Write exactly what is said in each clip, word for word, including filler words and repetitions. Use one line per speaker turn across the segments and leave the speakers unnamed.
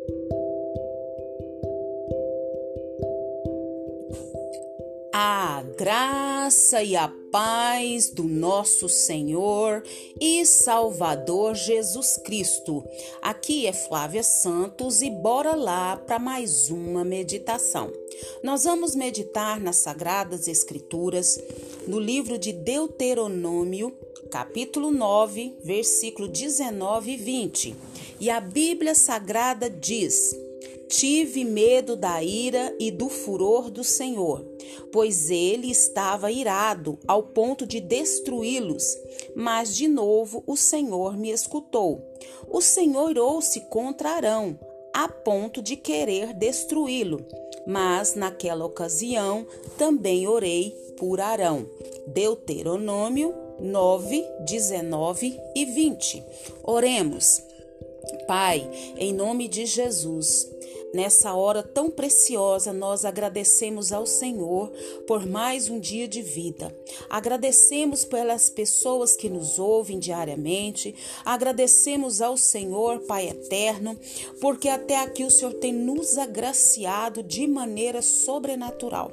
A graça e a paz do nosso Senhor e Salvador Jesus Cristo. Aqui é Flávia Santos e bora lá para mais uma meditação. Nós vamos meditar nas Sagradas Escrituras, no livro de Deuteronômio, capítulo nove, versículo dezenove e vinte. E a Bíblia Sagrada diz: Tive medo da ira e do furor do Senhor, pois ele estava irado ao ponto de destruí-los. Mas de novo o Senhor me escutou. O Senhor irou-se contra Arão, a ponto de querer destruí-lo. Mas naquela ocasião também orei por Arão. Deuteronômio nove, dezenove e vinte. Oremos. Pai, em nome de Jesus, nessa hora tão preciosa, nós agradecemos ao Senhor por mais um dia de vida. Agradecemos pelas pessoas que nos ouvem diariamente. Agradecemos ao Senhor, Pai eterno, porque até aqui o Senhor tem nos agraciado de maneira sobrenatural.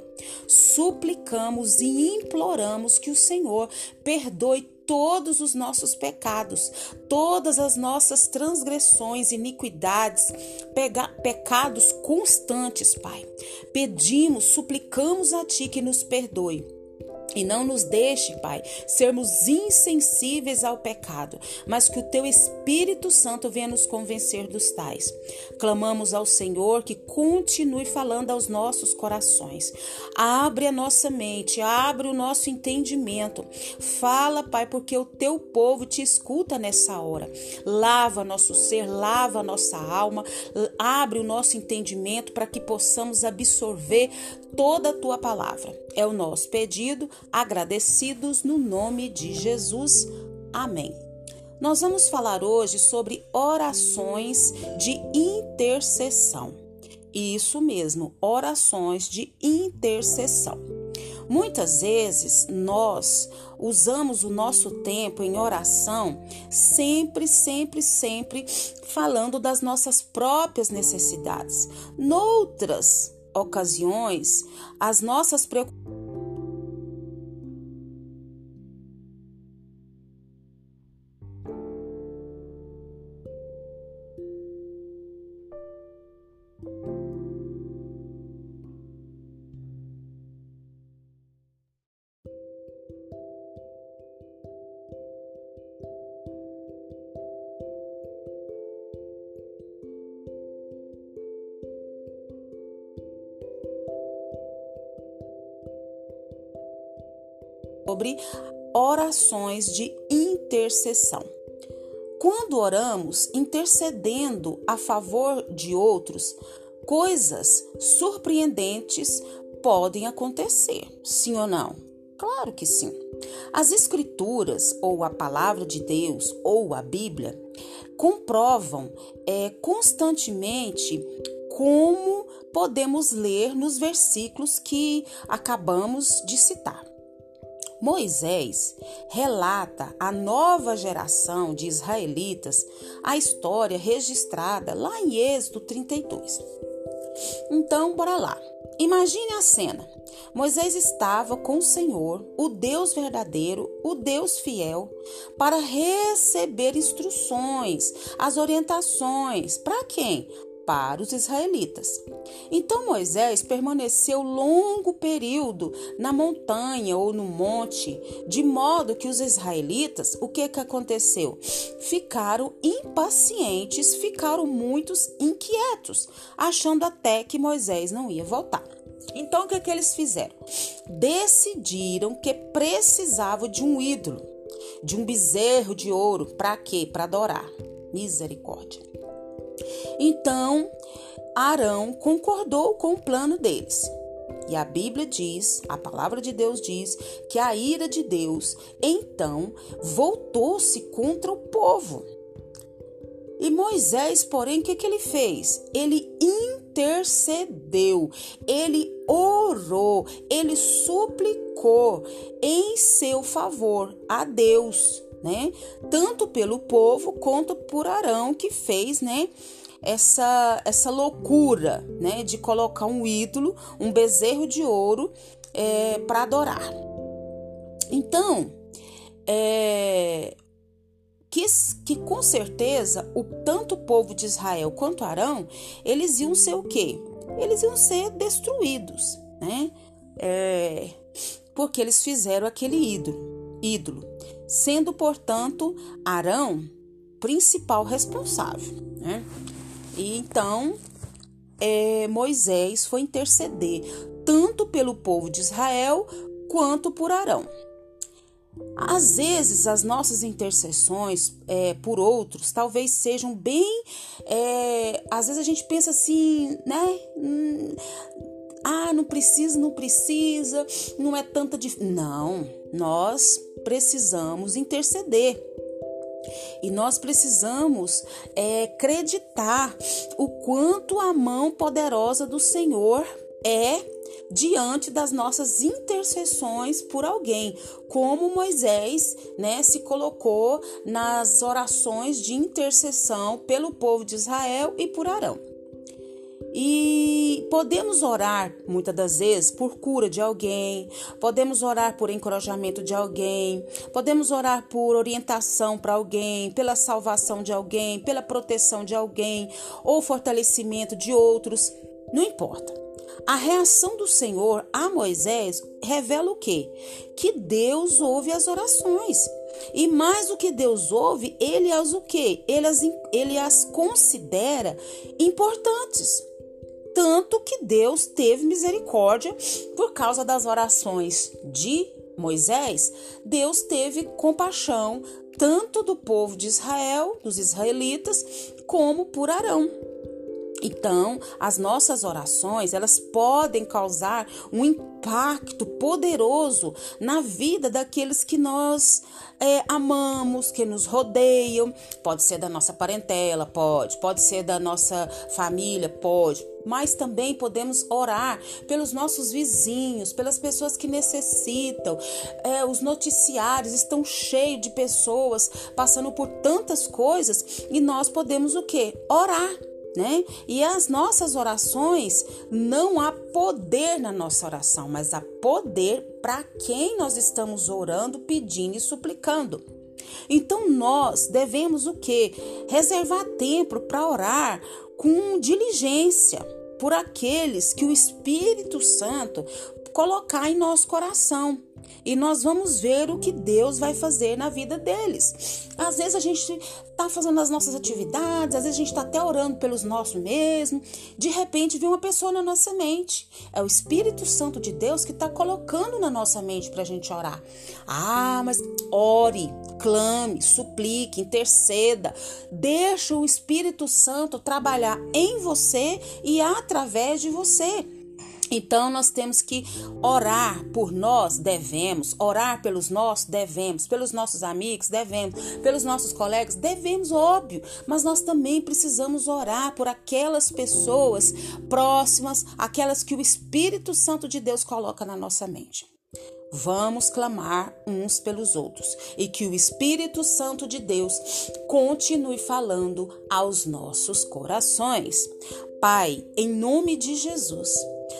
Suplicamos e imploramos que o Senhor perdoe todos os nossos pecados, todas as nossas transgressões, iniquidades, pega, pecados constantes, Pai. Pedimos, suplicamos a Ti que nos perdoe. E não nos deixe, Pai, sermos insensíveis ao pecado, mas que o Teu Espírito Santo venha nos convencer dos tais. Clamamos ao Senhor que continue falando aos nossos corações. Abre a nossa mente, abre o nosso entendimento. Fala, Pai, porque o Teu povo te escuta nessa hora. Lava nosso ser, lava nossa alma, abre o nosso entendimento para que possamos absorver toda a Tua palavra. É o nosso pedido, agradecidos no nome de Jesus. Amém. Nós vamos falar hoje sobre orações de intercessão. Isso mesmo, orações de intercessão. Muitas vezes nós usamos o nosso tempo em oração sempre, sempre, sempre falando das nossas próprias necessidades. Noutras ocasiões, as nossas preocupações sobre orações de intercessão. Quando oramos intercedendo a favor de outros, coisas surpreendentes podem acontecer, sim ou não? Claro que sim. As Escrituras, ou a Palavra de Deus, ou a Bíblia, comprovam é, constantemente como podemos ler nos versículos que acabamos de citar. Moisés relata à nova geração de israelitas a história registrada lá em Êxodo trinta e dois. Então, bora lá. Imagine a cena. Moisés estava com o Senhor, o Deus verdadeiro, o Deus fiel, para receber instruções, as orientações. Para quem? Para os israelitas. Então Moisés permaneceu longo período na montanha ou no monte, de modo que os israelitas, o que que aconteceu? Ficaram impacientes, ficaram muitos inquietos, achando até que Moisés não ia voltar. Então o que que eles fizeram? Decidiram que precisavam de um ídolo, de um bezerro de ouro. Para quê? Para adorar. Misericórdia. Então, Arão concordou com o plano deles. E a Bíblia diz, a palavra de Deus diz, que a ira de Deus, então, voltou-se contra o povo. E Moisés, porém, o que, que ele fez? Ele intercedeu, ele orou, ele suplicou em seu favor a Deus, né? Tanto pelo povo quanto por Arão, que fez, né? essa, essa loucura, né, de colocar um ídolo, um bezerro de ouro é, para adorar. Então, é, que, que com certeza o tanto o povo de Israel quanto Arão, eles iam ser o quê? Eles iam ser destruídos, né? É, porque eles fizeram aquele ídolo, ídolo, sendo, portanto, Arão principal responsável, né? E então é, Moisés foi interceder tanto pelo povo de Israel quanto por Arão. Às vezes as nossas intercessões é, por outros talvez sejam bem, é, às vezes a gente pensa assim, né? Hum, ah, não precisa, não precisa, não é tanta dif... Não, nós precisamos interceder. E nós precisamos é, acreditar o quanto a mão poderosa do Senhor é diante das nossas intercessões por alguém, como Moisés, né, se colocou nas orações de intercessão pelo povo de Israel e por Arão. E podemos orar muitas das vezes por cura de alguém, podemos orar por encorajamento de alguém, podemos orar por orientação para alguém, pela salvação de alguém, pela proteção de alguém ou fortalecimento de outros, não importa. A reação do Senhor a Moisés revela o quê? Que Deus ouve as orações. E mais do que Deus ouve, ele as o quê? Ele as, ele as considera importantes. Tanto que Deus teve misericórdia por causa das orações de Moisés. Deus teve compaixão tanto do povo de Israel, dos israelitas, como por Arão. Então, as nossas orações, elas podem causar um impacto poderoso na vida daqueles que nós é, amamos, que nos rodeiam. Pode ser da nossa parentela, pode. Pode ser da nossa família, pode. Mas também podemos orar pelos nossos vizinhos, pelas pessoas que necessitam. É, os noticiários estão cheios de pessoas passando por tantas coisas e nós podemos o quê? Orar. Né? E as nossas orações, não há poder na nossa oração, mas há poder para quem nós estamos orando, pedindo e suplicando. Então nós devemos o quê? Reservar tempo para orar com diligência por aqueles que o Espírito Santo colocar em nosso coração. E nós vamos ver o que Deus vai fazer na vida deles. Às vezes a gente está fazendo as nossas atividades, às vezes a gente está até orando pelos nossos mesmos. De repente vem uma pessoa na nossa mente. É o Espírito Santo de Deus que está colocando na nossa mente para a gente orar. Ah, mas ore, clame, suplique, interceda. Deixa o Espírito Santo trabalhar em você e através de você. Então, nós temos que orar por nós, devemos, orar pelos nossos, devemos, pelos nossos amigos, devemos, pelos nossos colegas, devemos, óbvio, mas nós também precisamos orar por aquelas pessoas próximas, aquelas que o Espírito Santo de Deus coloca na nossa mente. Vamos clamar uns pelos outros e que o Espírito Santo de Deus continue falando aos nossos corações. Pai, em nome de Jesus,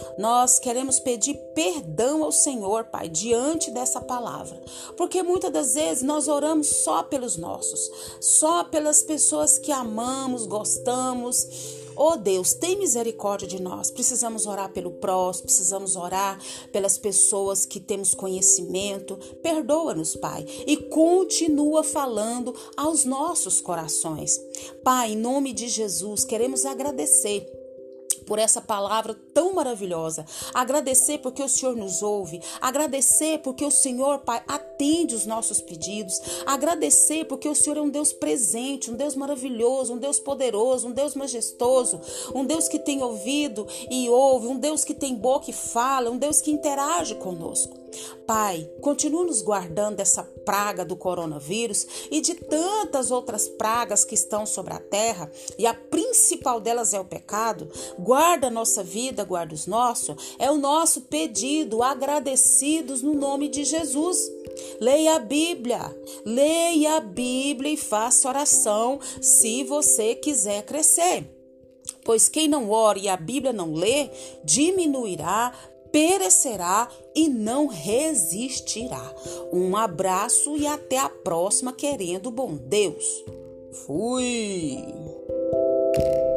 nós queremos pedir perdão ao Senhor, Pai, diante dessa palavra, porque muitas das vezes nós oramos só pelos nossos, só pelas pessoas que amamos, gostamos. Oh Deus, tem misericórdia de nós. Precisamos orar pelo próximo, precisamos orar pelas pessoas que temos conhecimento. Perdoa-nos, Pai, e continua falando aos nossos corações. Pai, em nome de Jesus, queremos agradecer por essa palavra tão maravilhosa, agradecer porque o Senhor nos ouve, agradecer porque o Senhor, Pai, atende os nossos pedidos, agradecer porque o Senhor é um Deus presente, um Deus maravilhoso, um Deus poderoso, um Deus majestoso, um Deus que tem ouvido e ouve, um Deus que tem boca e fala, um Deus que interage conosco. Pai, continua nos guardando dessa praga do coronavírus e de tantas outras pragas que estão sobre a terra, e a principal delas é o pecado. Guarda a nossa vida, guarda os nossos, é o nosso pedido, agradecidos no nome de Jesus. Leia a Bíblia, leia a Bíblia e faça oração se você quiser crescer. pois quem não ora e a Bíblia não lê, diminuirá, perecerá e não resistirá. Um abraço e até a próxima, querendo bom Deus. Fui!